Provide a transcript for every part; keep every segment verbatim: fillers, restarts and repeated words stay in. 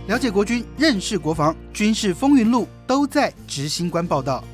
了解国军，认识国防，军事风云录都在执行官报道。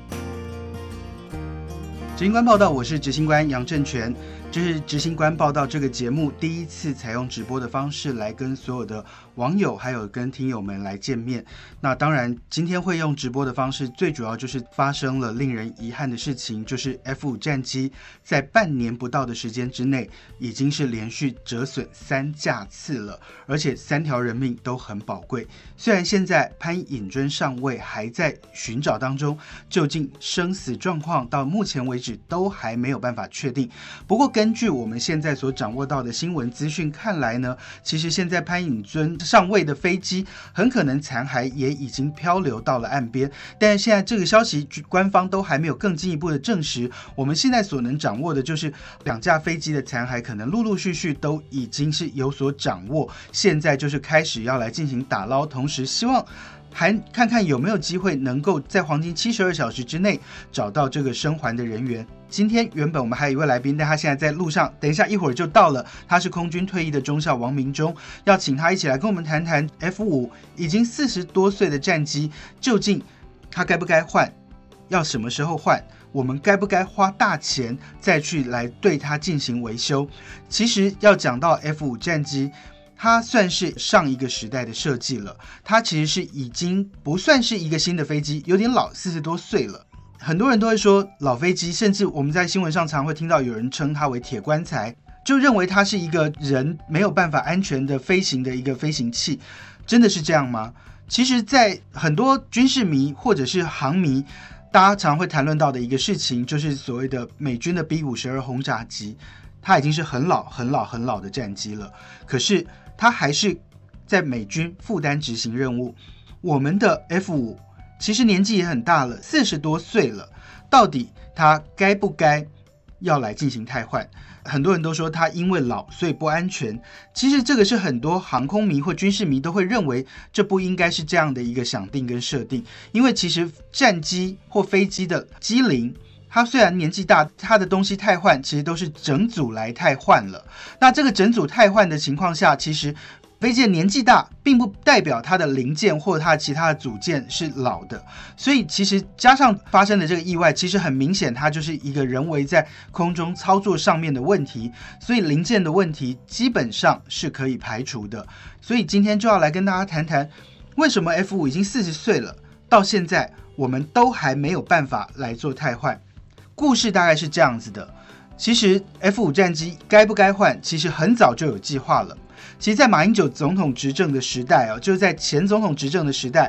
执行官报道，我是执行官杨正全。这是执行官报道这个节目第一次采用直播的方式来跟所有的网友还有跟听友们来见面。那当然今天会用直播的方式，最主要就是发生了令人遗憾的事情，就是 F 五 战机在半年不到的时间之内已经是连续折损三架次了，而且三条人命都很宝贵。虽然现在潘颖尊上尉还在寻找当中，究竟生死状况到目前为止都还没有办法确定。不过根据我们现在所掌握到的新闻资讯看来呢，其实现在潘颖尊上尉的飞机很可能残骸也已经漂流到了岸边，但是现在这个消息官方都还没有更进一步的证实。我们现在所能掌握的就是两架飞机的残骸可能陆陆续续都已经是有所掌握，现在就是开始要来进行打捞，同时希望还看看有没有机会能够在黄金七十二小时之内找到这个生还的人员。今天原本我们还有一位来宾，但他现在在路上，等一下一会儿就到了。他是空军退役的中校王明忠，要请他一起来跟我们谈谈 F 五 已经四十多岁的战机，究竟他该不该换，要什么时候换，我们该不该花大钱再去来对它进行维修。其实要讲到 F 五 战机，它算是上一个时代的设计了，它其实是已经不算是一个新的飞机，有点老，四十多岁了。很多人都会说老飞机，甚至我们在新闻上常会听到有人称它为铁棺材，就认为它是一个人没有办法安全的飞行的一个飞行器。真的是这样吗？其实在很多军事迷或者是航迷，大家常会谈论到的一个事情，就是所谓的美军的 B 五十二 轰炸机，它已经是很老很老很老的战机了，可是它还是在美军负担执行任务。我们的 F 五 其实年纪也很大了，四十多岁了，到底它该不该要来进行汰换？很多人都说它因为老所以不安全，其实这个是很多航空迷或军事迷都会认为这不应该是这样的一个想定跟设定。因为其实战机或飞机的机龄，它虽然年纪大，它的东西汰换其实都是整组来汰换了。那这个整组汰换的情况下，其实飞机的年纪大并不代表它的零件或它的其他的组件是老的，所以其实加上发生的这个意外，其实很明显它就是一个人为在空中操作上面的问题，所以零件的问题基本上是可以排除的。所以今天就要来跟大家谈谈，为什么 F 五 已经四十岁了，到现在我们都还没有办法来做汰换。故事大概是这样子的，其实 F 五 战机该不该换，其实很早就有计划了。其实在马英九总统执政的时代、哦、就是在前总统执政的时代，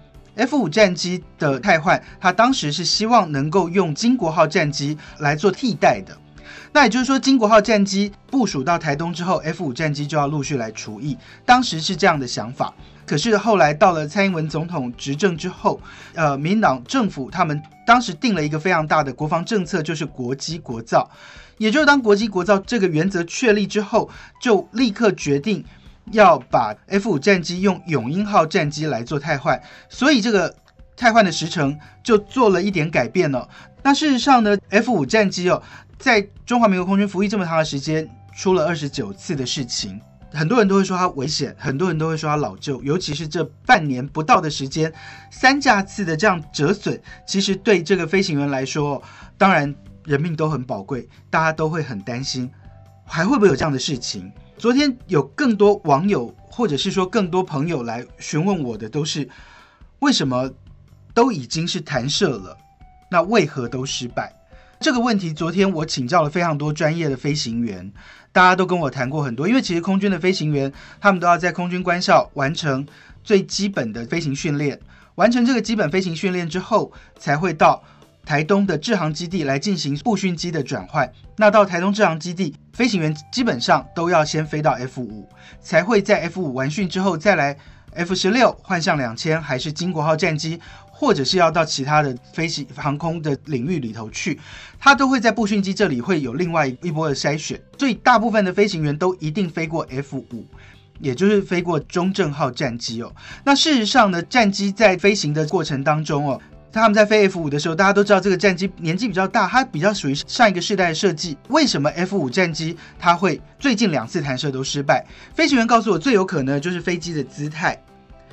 F 五 战机的汰换，他当时是希望能够用经国号战机来做替代的。那也就是说，经国号战机部署到台东之后， F 五 战机就要陆续来除役，当时是这样的想法。可是后来到了蔡英文总统执政之后，呃，民进党政府他们当时定了一个非常大的国防政策，就是国机国造。也就是当国机国造这个原则确立之后，就立刻决定要把 F 五 战机用永鹰号战机来做汰换，所以这个汰换的时程就做了一点改变了。那事实上呢 ，F 五 战机哦，在中华民国空军服役这么长的时间，出了二十九次的事情。很多人都会说它危险，很多人都会说它老旧，尤其是这半年不到的时间，三架次的这样折损，其实对这个飞行员来说，当然人命都很宝贵，大家都会很担心，还会不会有这样的事情？昨天有更多网友或者是说更多朋友来询问我的都是，为什么都已经是弹射了，那为何都失败？这个问题昨天我请教了非常多专业的飞行员，大家都跟我谈过很多，因为其实空军的飞行员他们都要在空军官校完成最基本的飞行训练，完成这个基本飞行训练之后，才会到台东的制航基地来进行步训机的转换。那到台东制航基地，飞行员基本上都要先飞到 F 五， 才会在 F 五 完训之后再来 F 十六 换上两千，还是经国号战机，或者是要到其他的飞行航空的领域里头去，他都会在步训机这里会有另外一波的筛选，所以大部分的飞行员都一定飞过 F 五， 也就是飞过中正号战机哦。那事实上呢，战机在飞行的过程当中哦，他们在飞 F 五 的时候，大家都知道这个战机年纪比较大，它比较属于上一个世代的设计。为什么 F 五 战机它会最近两次弹射都失败？飞行员告诉我，最有可能的就是飞机的姿态。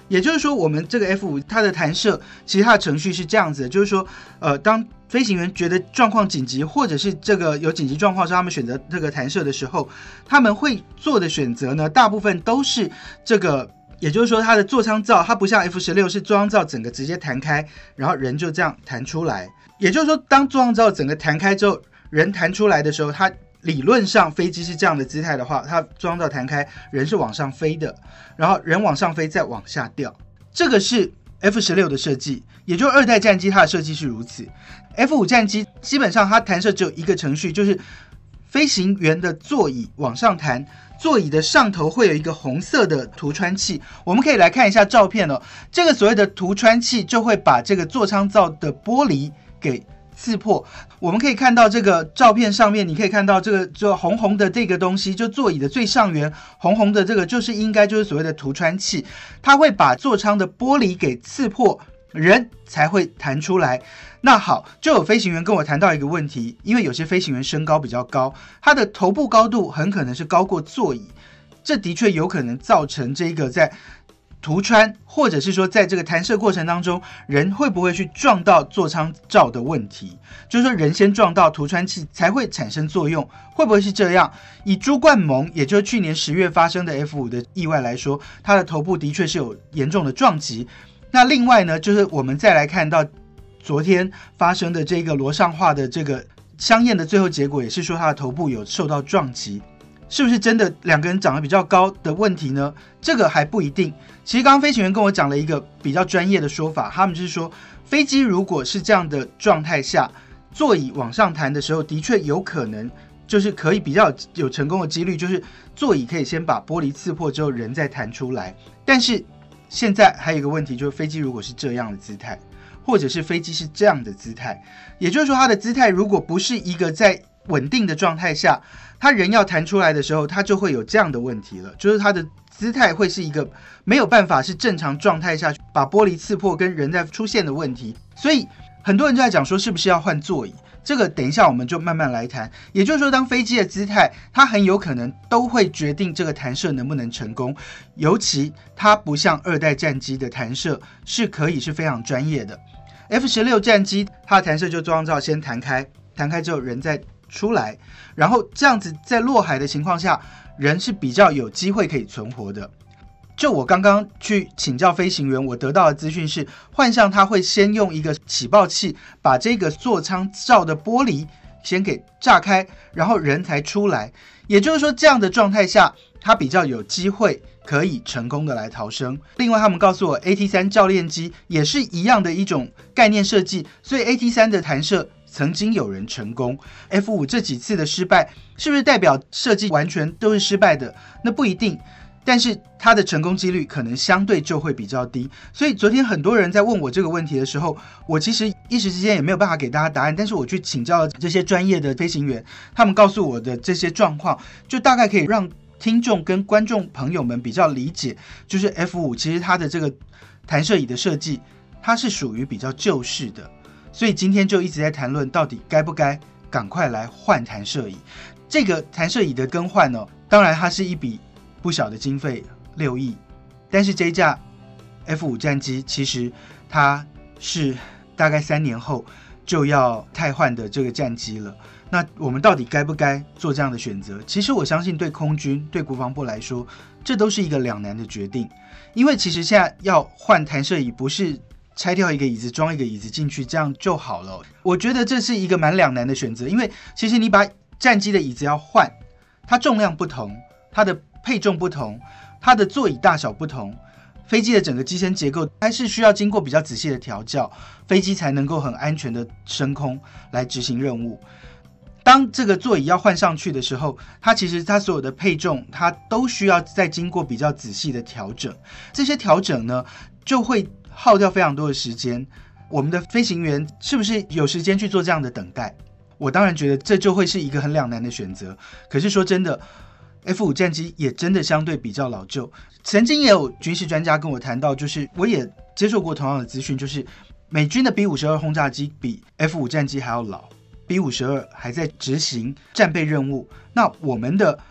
也就是说，我们这个 F 五 它的弹射，其实它的程序是这样子的，就是说，呃，当飞行员觉得状况紧急，或者是这个有紧急状况，是他们选择这个弹射的时候，他们会做的选择呢，大部分都是这个，也就是说，它的座舱罩，它不像 F 十六 是座舱罩整个直接弹开，然后人就这样弹出来。也就是说，当座舱罩整个弹开之后，人弹出来的时候，它理论上飞机是这样的姿态的话，它座舱罩弹开，人是往上飞的，然后人往上飞再往下掉，这个是 F 十六 的设计，也就是二代战机它的设计是如此。F 五 战机基本上它弹射只有一个程序，就是飞行员的座椅往上弹，座椅的上头会有一个红色的涂穿器，我们可以来看一下照片哦。这个所谓的涂穿器就会把这个座舱罩的玻璃给刺破。我们可以看到这个照片上面，你可以看到这个就红红的这个东西，就座椅的最上缘红红的这个就是应该就是所谓的涂穿器，它会把座舱的玻璃给刺破，人才会弹出来。那好，就有飞行员跟我谈到一个问题，因为有些飞行员身高比较高，他的头部高度很可能是高过座椅，这的确有可能造成这个在涂穿，或者是说在这个弹射过程当中，人会不会去撞到座舱罩的问题，就是说人先撞到涂穿器才会产生作用，会不会是这样？以朱冠蒙，也就是去年十月发生的 F 五 的意外来说，他的头部的确是有严重的撞击。那另外呢，就是我们再来看到昨天发生的这个罗尚化的这个相验的最后结果，也是说他的头部有受到撞击。是不是真的两个人长得比较高的问题呢？这个还不一定。其实刚刚飞行员跟我讲了一个比较专业的说法，他们就是说，飞机如果是这样的状态下，座椅往上弹的时候，的确有可能就是可以比较有成功的几率，就是座椅可以先把玻璃刺破之后，人再弹出来。但是现在还有一个问题，就是飞机如果是这样的姿态，或者是飞机是这样的姿态，也就是说它的姿态如果不是一个在稳定的状态下，他人要弹出来的时候，他就会有这样的问题了，就是他的姿态会是一个没有办法是正常状态下把玻璃刺破跟人在出现的问题。所以很多人就在讲说是不是要换座椅，这个等一下我们就慢慢来谈。也就是说，当飞机的姿态，它很有可能都会决定这个弹射能不能成功，尤其它不像二代战机的弹射是可以是非常专业的。F 十六 战机它的弹射就座舱罩先弹开，弹开之后人再出来，然后这样子在落海的情况下，人是比较有机会可以存活的。就我刚刚去请教飞行员，我得到的资讯是，幻象它会先用一个起爆器把这个座舱罩的玻璃先给炸开，然后人才出来。也就是说，这样的状态下，它比较有机会可以成功的来逃生。另外他们告诉我 A T 三 教练机也是一样的一种概念设计，所以 A T 三 的弹射曾经有人成功。 F 五 这几次的失败是不是代表设计完全都是失败的？那不一定，但是它的成功几率可能相对就会比较低。所以昨天很多人在问我这个问题的时候，我其实一时之间也没有办法给大家答案，但是我去请教了这些专业的飞行员，他们告诉我的这些状况，就大概可以让听众跟观众朋友们比较理解，就是 F 五 其实它的这个弹射椅的设计，它是属于比较旧式的。所以今天就一直在谈论到底该不该赶快来换弹射椅。这个弹射椅的更换呢，当然它是一笔不小的经费，六亿，但是这一架 F 五 战机其实它是大概三年后就要汰换的这个战机了。那我们到底该不该做这样的选择？其实我相信对空军对国防部来说，这都是一个两难的决定。因为其实现在要换弹射椅不是拆掉一个椅子装一个椅子进去这样就好了，我觉得这是一个蛮两难的选择。因为其实你把战机的椅子要换，它重量不同，它的配重不同，它的座椅大小不同，飞机的整个机身结构还是需要经过比较仔细的调教，飞机才能够很安全的升空来执行任务。当这个座椅要换上去的时候，它其实它所有的配重它都需要再经过比较仔细的调整，这些调整呢就会耗掉非常多的时间。我们的飞行员是不是有时间去做这样的等待？我当然觉得这就会是一个很两难的选择。可是说真的， F 五 战机也真的相对比较老旧。曾经也有军事专家跟我谈到，就是我也接受过同样的资讯，就是美军的 B 五十二 轰炸机比 F 五 战机还要老， B 五十二 还在执行战备任务，那我们的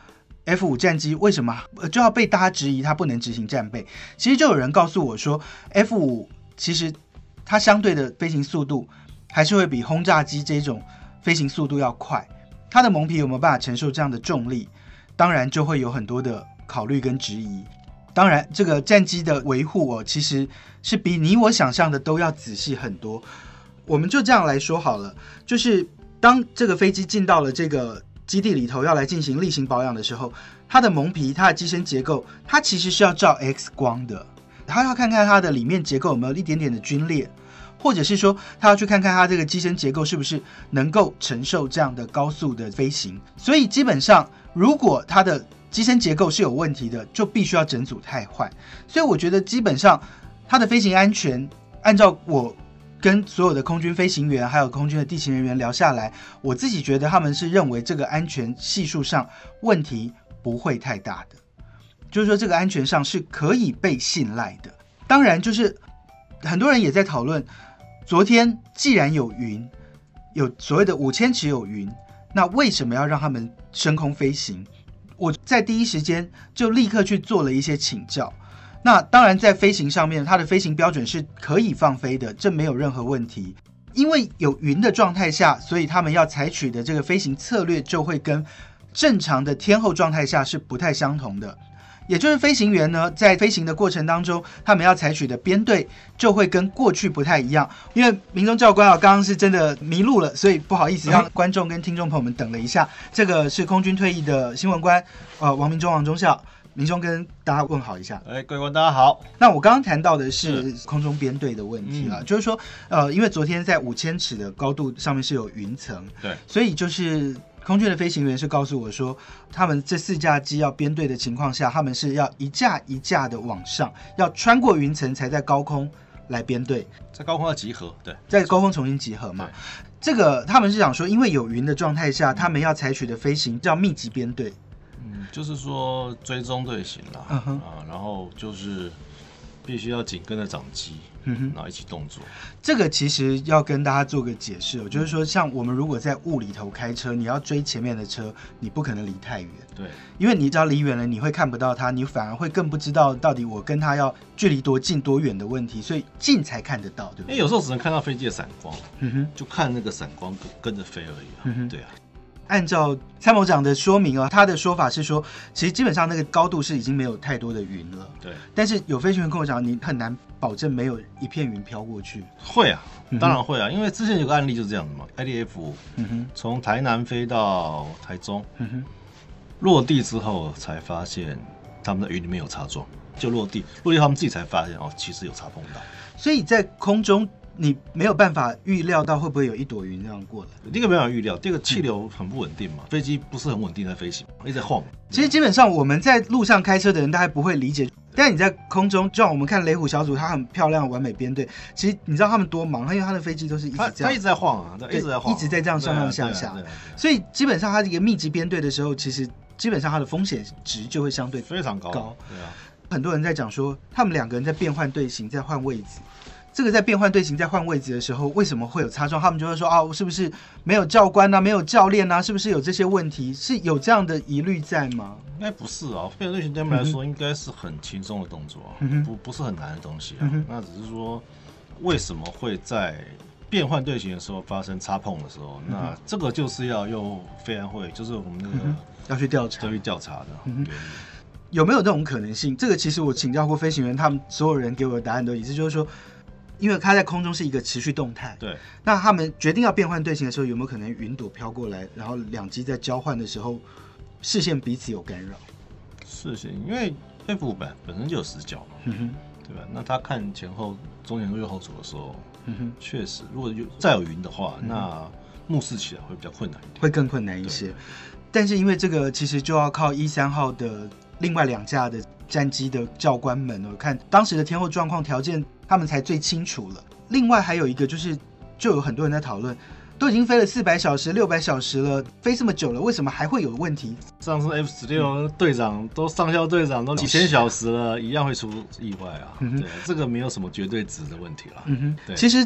F 五 战机为什么就要被大家质疑它不能执行战备？其实就有人告诉我说 ，F 五 其实它相对的飞行速度还是会比轰炸机这种飞行速度要快。它的蒙皮有没有办法承受这样的重力？当然就会有很多的考虑跟质疑。当然，这个战机的维护哦，其实是比你我想象的都要仔细很多。我们就这样来说好了，就是当这个飞机进到了这个基地里头要来进行例行保养的时候，它的蒙皮、它的机身结构，它其实是要照 X 光的，它要看看它的里面结构有没有一点点的皲裂，或者是说它要去看看它这个机身结构是不是能够承受这样的高速的飞行。所以基本上，如果它的机身结构是有问题的，就必须要整组汰换。所以我觉得基本上它的飞行安全，按照我跟所有的空军飞行员还有空军的地勤人员聊下来，我自己觉得他们是认为这个安全系数上问题不会太大的，就是说这个安全上是可以被信赖的。当然就是很多人也在讨论，昨天既然有云，有所谓的五千尺有云，那为什么要让他们升空飞行？我在第一时间就立刻去做了一些请教。那当然在飞行上面，它的飞行标准是可以放飞的，这没有任何问题。因为有云的状态下，所以他们要采取的这个飞行策略就会跟正常的天候状态下是不太相同的。也就是飞行员呢，在飞行的过程当中，他们要采取的编队就会跟过去不太一样。因为民众教官啊，刚刚是真的迷路了，所以不好意思让观众跟听众朋友们等了一下。这个是空军退役的新闻官，呃，王明忠王中校。民众跟大家问好一下。 哎，各位观众大家好。 那我刚刚谈到的是空中编队的问题啊，嗯、就是说，呃，因为昨天在五千尺的高度上面是有云层， 对， 所以就是空军的飞行员是告诉我说，他们这四架机要编队的情况下，他们是要一架一架的往上，要穿过云层才在高空来编队， 在高空要集合，对， 在高空重新集合嘛。这个他们是想说，因为有云的状态下，他们要采取的飞行叫密集编队。 嗯，就是说追踪队形啦，嗯哼啊，然后就是必须要紧跟着掌机，嗯哼，然后一起动作。 这个其实要跟大家做个解释哦，就是说，像我们如果在雾里头开车，你要追前面的车，你不可能离太远， 对， 因为你只要离远了，你会看不到它，你反而会更不知道到底我跟它要距离多近多远的问题，所以近才看得到，对不对？ 因为有时候只能看到飞机的闪光，嗯哼，就看那个闪光跟着飞而已啊，嗯哼，对啊。 按照参谋长的说明啊，他的说法是说，其实基本上那个高度是已经没有太多的云了。 对。但是有飞行员跟我讲，你很难保证没有一片云飘过去。 会啊，当然会啊，因为之前有个案例就是这样子嘛 ，I D F 从台南飞到台中，嗯哼，落地之后才发现他们的云里面有擦撞，就落地，落地他们自己才发现哦，其实有擦碰到。 所以在空中，你没有办法预料到会不会有一朵云这样过来。 第一个没办法预料，第二个气流很不稳定嘛，飞机不是很稳定在飞行，一直在晃。 其实基本上我们在路上开车的人大概不会理解，但你在空中，就像我们看雷虎小组，他很漂亮完美编队，其实你知道他们多忙，因为他的飞机都是一直这样， 他一直在晃啊，一直在晃， 一直在这样上上下下，所以基本上他这个密集编队的时候，其实基本上他的风险值就会相对非常高。 高， 对啊， 很多人在讲说，他们两个人在变换队形，在换位置。这个在变换队形、在换位置的时候，为什么会有擦撞？他们就会说啊，我是不是没有教官啊，没有教练啊，是不是有这些问题？是有这样的疑虑在吗？ 应该不是啊，变换队形对他们来说应该是很轻松的动作、啊嗯，不不是很难的东西啊。嗯、那只是说，为什么会在变换队形的时候发生擦碰的时候，嗯、那这个就是要用飞安会，就是我们那个、嗯、 要去调查、 要去调查的原因。 有没有这种可能性？这个其实我请教过飞行员，他们所有人给我的答案都一致，就是说。因为它在空中是一个持续动态， 对。 那他们决定要变换队形的时候，有没有可能云朵飘过来，然后两机在交换的时候，视线彼此有干扰？ 视线，因为 F 五 本本身就有死角嘛，嗯哼，对吧？那他看前后、中前右后左的时候，嗯哼，确实，如果有再有云的话，嗯、那目视起来会比较困难一点， 会更困难一些。但是因为这个，其实就要靠一三号的另外两架的战机的教官们，我看当时的天候状况条件。他们才最清楚了。另外还有一个就是，就有很多人在讨论，都已经飞了四百小时、六百小时了，飞这么久了，为什么还会有问题？ 上次 F 十六队长都上校队长都几千小时了，一样会出意外啊。嗯、对，这个没有什么绝对值的问题啦。 嗯哼，其实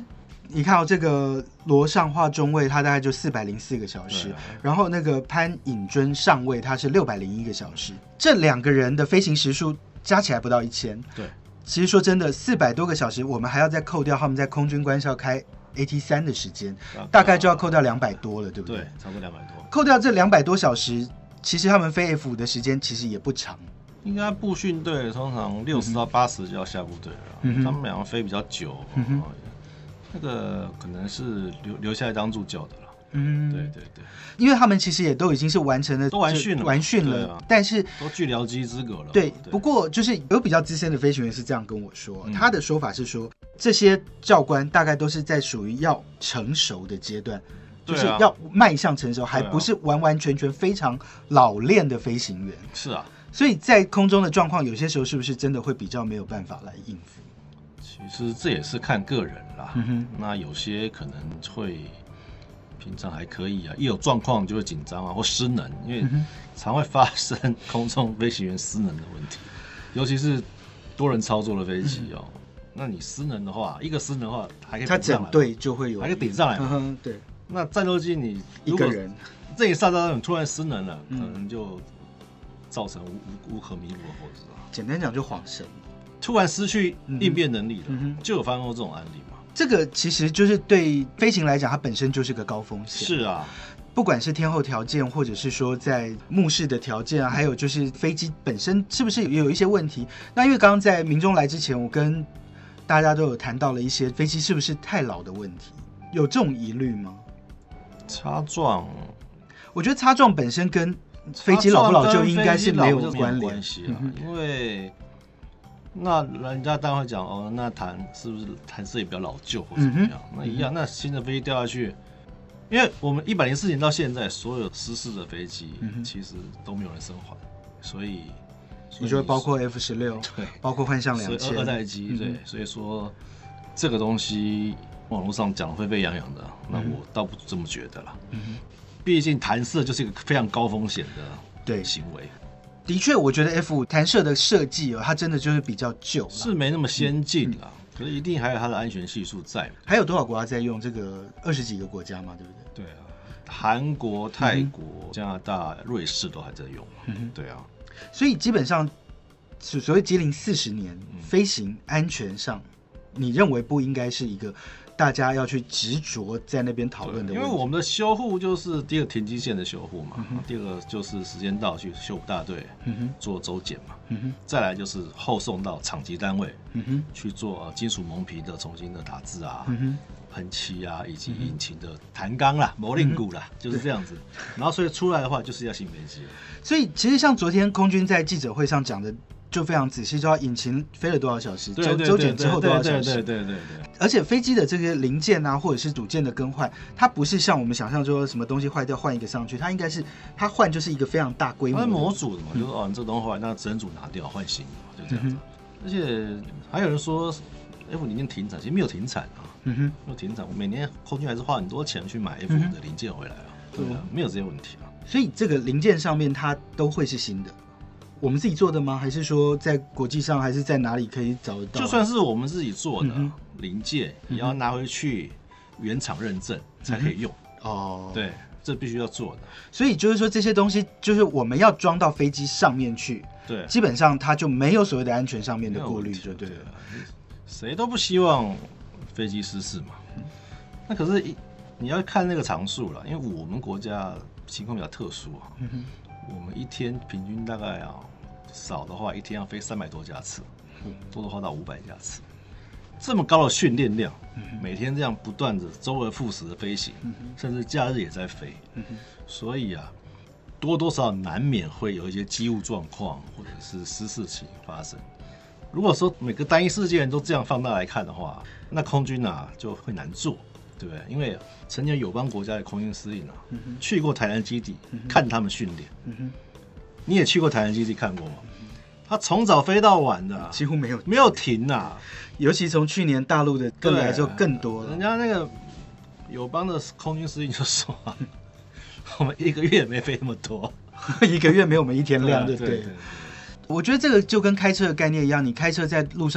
你看哦，这个罗尚化中尉他大概就四百零四个小时，啊、然后那个潘颖尊上尉他是六百零一个小时，这两个人的飞行时数加起来不到一千。 对， 其实说真的，四百多个小时，我们还要再扣掉他们在空军官校开 A T 三 的时间，大概就要扣掉两百多了，对不对？ 对，差不多两百多。 扣掉这两百多小时，其实他们飞 F 五的时间其实也不长。 应该步训队通常六十到八十就要下部队了，嗯、他们两个飞比较久。嗯那个可能是留留下来当助教的了，嗯，对对对， 因为他们其实也都已经是完成了， 都完训了， 完训了，啊、但是都具僚机资格了。 对，对不过就是有比较资深的飞行员是这样跟我说，嗯、他的说法是说，这些教官大概都是在属于要成熟的阶段，就是要迈向成熟，啊、还不是完完全全非常老练的飞行员。 是啊， 所以在空中的状况，有些时候是不是真的会比较没有办法来应付？ 其实这也是看个人啦，嗯、那有些可能会平常还可以啊，一有状况就会紧张啊或失能，因为常会发生空中飞行员失能的问题，尤其是多人操作的飞机哦。嗯、那你失能的话，一个失能的话还可以顶上来， 他整队就会有， 还可以顶上来嘛。 嗯、对， 那战斗机你一个人这一刹那突然失能了，嗯、可能就造成无无可弥补的后果。 简单讲就晃神。 突然失去应变能力了，嗯、就有发生过这种案例嘛？ 这个其实就是对飞行来讲，它本身就是个高风险。 是啊， 不管是天候条件，或者是说在目视的条件啊，还有就是飞机本身是不是也有一些问题？那因为刚刚在民众来之前，我跟大家都有谈到了一些飞机是不是太老的问题，有这种疑虑吗？ 擦撞， 我觉得擦撞本身跟飞机老不老就应该是没有关联系啊，嗯、因为。那人家当然会讲哦，那弹是不是弹射也比较老旧或怎么样？嗯、那一样，那新的飞机掉下去，因为我们一百零四年到现在，所有失事的飞机、嗯、其实都没有人生还，所以你说包括 F 十六，对，包括幻象两千二代机，对，嗯、所以说这个东西网络上讲得沸沸扬扬的，那我倒不这么觉得啦。嗯、毕竟弹射就是一个非常高风险的对行为。 的确，我觉得 F 五弹射的设计哦，它真的就是比较旧， 是没那么先进啦。嗯、可是一定还有它的安全系数在。 还有多少国家在用这个？二十几个国家嘛，对不对？ 对啊，韩国、泰国、嗯、加拿大、瑞士都还在用。嗯、对啊， 所以基本上，所谓机龄四十年，嗯、飞行安全上，你认为不应该是一个大家要去执着在那边讨论的问题？ 因为我们的修护就是第一个停机线的修护嘛，嗯、第二个就是时间到去修护大队、嗯、做周检嘛，嗯、再来就是后送到厂级单位、嗯、去做、呃、金属蒙皮的重新的打字啊、嗯、喷漆啊，以及引擎的弹钢啦、磨令骨啦，嗯、就是这样子。然后所以出来的话就是要新飞机了。 所以其实像昨天空军在记者会上讲的。就非常仔细，就要引擎飞了多少小时，周周检之后多少小时， 对对对对对。 而且飞机的这个零件啊，或者是组件的更换，它不是像我们想象说什么东西坏掉换一个上去，它应该是它换就是一个非常大规模的。 它是模组的嘛，嗯、就是哦，你这个东西坏，那整组拿掉换新的嘛，就这样子。嗯、而且还有人说 F 零件停产，其实没有停产啊，嗯哼，没有停产，每年空军还是花很多钱去买 F 五的零件回来啊，嗯、对啊，没有这些问题啊。 所以这个零件上面它都会是新的。我们自己做的吗？还是说在国际上，还是在哪里可以找得到？ 就算是我们自己做的零件，嗯、也要拿回去原厂认证才可以用。嗯、哦，对，这必须要做的。 所以就是说，这些东西就是我们要装到飞机上面去， 对， 基本上它就没有所谓的安全上面的顾虑，就对了。 谁都不希望飞机失事嘛。嗯、那可是你要看那个常数了，因为我们国家情况比较特殊啊。嗯我们一天平均大概啊，少的话一天要飞三百多架次，多的话到五百架次，这么高的训练量，每天这样不断的周而复始的飞行，甚至假日也在飞，所以啊，多多少少难免会有一些机务状况或者是失事情发生。如果说每个单一事件都这样放大来看的话，那空军啊就会难做。对不对？因为曾经友邦国家的空军司令啊，嗯、去过台南基地、嗯、看他们训练。嗯、你也去过台南基地看过吗？嗯、他从早飞到晚的， 几乎没有没有停啊。 尤其从去年大陆的更来就更多了。 人家那个友邦的空军司令就说、啊，我们一个月没飞那么多， 一个月没有我们一天亮，对不 对, 对, 对, 对, 对？ 我觉得这个就跟开车的概念一样，你开车在路上。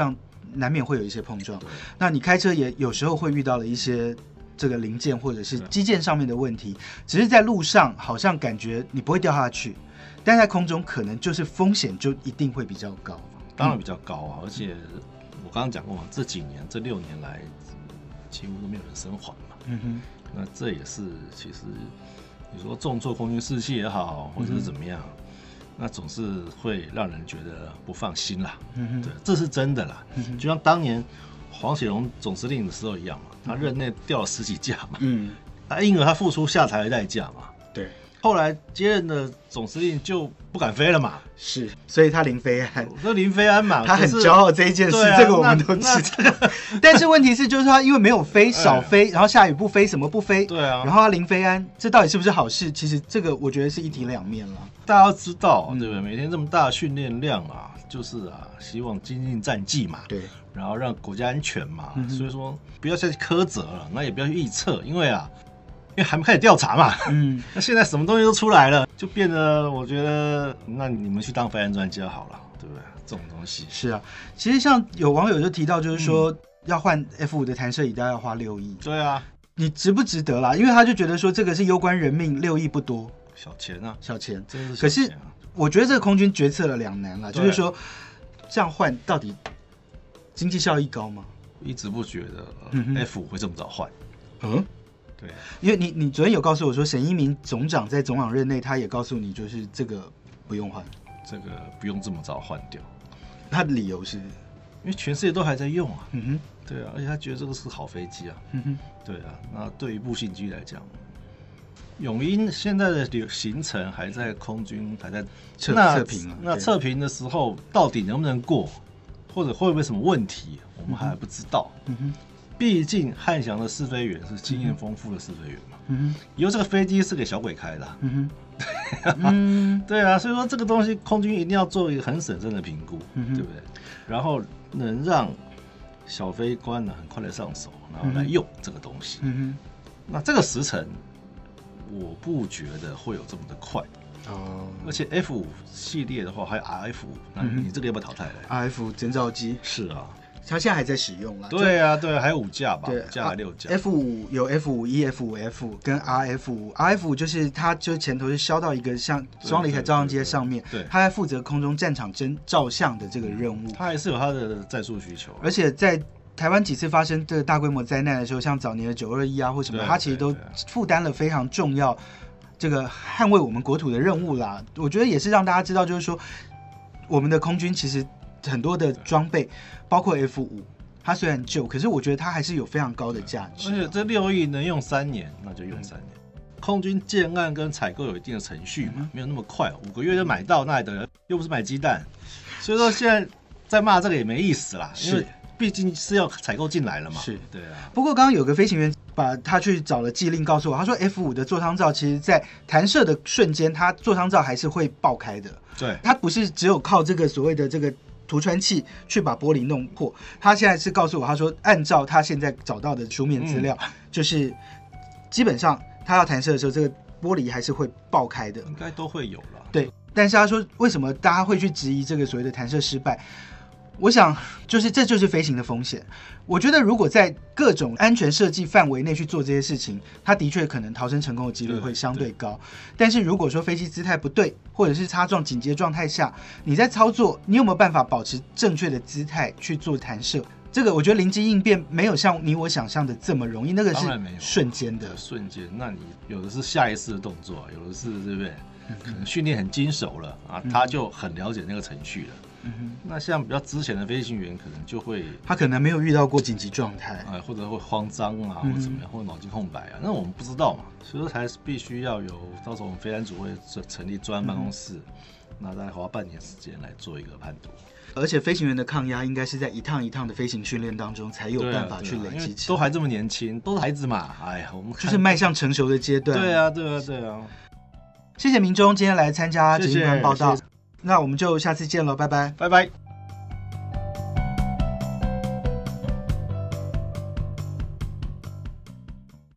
难免会有一些碰撞。那你开车也有时候会遇到了一些这个零件或者是机件上面的问题，只是在路上好像感觉你不会掉下去，但在空中可能就是风险就一定会比较高。 当然比较高啊，嗯、而且我刚刚讲过嘛，这几年这六年来几乎都没有人生还嘛。嗯哼，那这也是其实你说重做空军士气也好，或者是怎么样，嗯、那总是会让人觉得不放心啦。嗯哼，对，这是真的啦。嗯、就像当年黄显荣总司令的时候一样嘛，他任内掉了十几架嘛。嗯，他因而他付出下台的代价嘛。 对。后来接任的总司令就不敢飞了嘛， 是，所以他零飞安， 那零飞安嘛， 他很骄傲这一件事，啊、这个我们都知道。但是问题是，就是他因为没有飞，少飞，然后下雨不飞，什么不飞， 对啊， 然后他零飞安，这到底是不是好事？其实这个我觉得是一体两面了。 大家要知道，对不对？每天这么大的训练量啊，就是啊，希望精进战绩嘛， 对， 然后让国家安全嘛，嗯、所以说不要再去苛责了，那也不要去预测，因为啊。因为还没开始调查嘛，嗯，那现在什么东西都出来了，就变得我觉得，那你们去当飞安专家好了，对不对？这种东西是啊，其实像有网友就提到，就是说、嗯、要换 F 五 的弹射椅，大概要花六亿。 对啊， 你值不值得啦？因为他就觉得说这个是攸关人命，六亿不多， 小钱啊， 小钱， 真是小钱啊。 可是我觉得这个空军决策了两难啦，就是说这样换到底经济效益高吗？ 一直不觉得、呃、F 五 会这么早换，嗯。对， 因为你你昨天有告诉我说，沈一鸣总长在总长任内，他也告诉你，就是这个不用换， 这个不用这么早换掉。 他的理由是，因为全世界都还在用啊。 嗯哼， 对啊，而且他觉得这个是好飞机啊。嗯哼，对啊。那对于步行机来讲，永鹰现在的行程还在空军还在测测评啊。 那测评的时候，到底能不能过，或者会不会有什么问题，我们还不知道。嗯哼。毕竟汉翔的试飞员是经验丰富的试飞员嘛，嗯、以后这个飞机是给小鬼开的、啊，嗯嗯、对啊，所以说这个东西空军一定要做一个很审慎的评估，嗯、对不对？然后能让小飞官呢很快的上手，然后来用这个东西，嗯、那这个时程我不觉得会有这么的快。哦，而且 F 五 系列的话还有 R F 五，那你这个要不要淘汰嘞 ？R F 五侦察机是啊。 它现在还在使用啦。 对啊，对啊，还有五架吧，五架还六架。 F 五 有 F 五 E、F 五 F 跟 R F 五 ，R F 五就是它就前头是镶到一个像双离合照相机上面，对，它在负责空中战场真照相的这个任务。 它还是有它的战术需求， 而且在台湾几次发生这个大规模灾难的时候，像早年的九二一啊或什么，它其实都负担了非常重要这个捍卫我们国土的任务啦。我觉得也是让大家知道，就是说我们的空军其实很多的装备。包括 F 五， 它虽然旧，可是我觉得它还是有非常高的价值。 而且这六亿能用三年，那就用三年。嗯、空军建案跟采购有一定的程序嘛，嗯、没有那么快，五个月就买到那还得了，又不是买鸡蛋。所以说现在再骂这个也没意思啦，因为毕竟是要采购进来了嘛。 是， 对啊。 不过刚刚有个飞行员把他去找了技令，告诉我，他说 F 五 的座舱罩其实在弹射的瞬间，它座舱罩还是会爆开的。 对， 它不是只有靠这个所谓的这个。涂穿器去把玻璃弄破，他现在是告诉我，他说按照他现在找到的书面资料，嗯、就是基本上他要弹射的时候，这个玻璃还是会爆开的， 应该都会有了。 对，但是他说为什么大家会去质疑这个所谓的弹射失败？我想就是这就是飞行的风险。我觉得如果在各种安全设计范围内去做这些事情，它的确可能逃生成功的几率会相对高。但是如果说飞机姿态不对，或者是擦撞紧急状态下，你在操作，你有没有办法保持正确的姿态去做弹射？这个我觉得临机应变没有像你我想象的这么容易，那个是瞬间的。 瞬间，那你有的是下意识的动作，有的是对不对？可能训练很精熟了啊，他就很了解那个程序了。嗯、那像比较之前的飞行员，可能就会他可能没有遇到过紧急状态， 啊、呃，或者会慌张啊，或者怎么样，嗯、或者脑筋空白啊，那我们不知道嘛，所以说还是必须要有到时候我们飞安组会成立专案办公室，嗯、那大概花半年时间来做一个判读。 而且飞行员的抗压应该是在一趟一趟的飞行训练当中才有办法去累积起来， 都还这么年轻，都是孩子嘛，哎呀，我们就是迈向成熟的阶段。 对啊，对啊，对啊。 谢谢明忠今天来参加执行官报道，谢谢，那我们就下次见了，拜拜， 拜拜。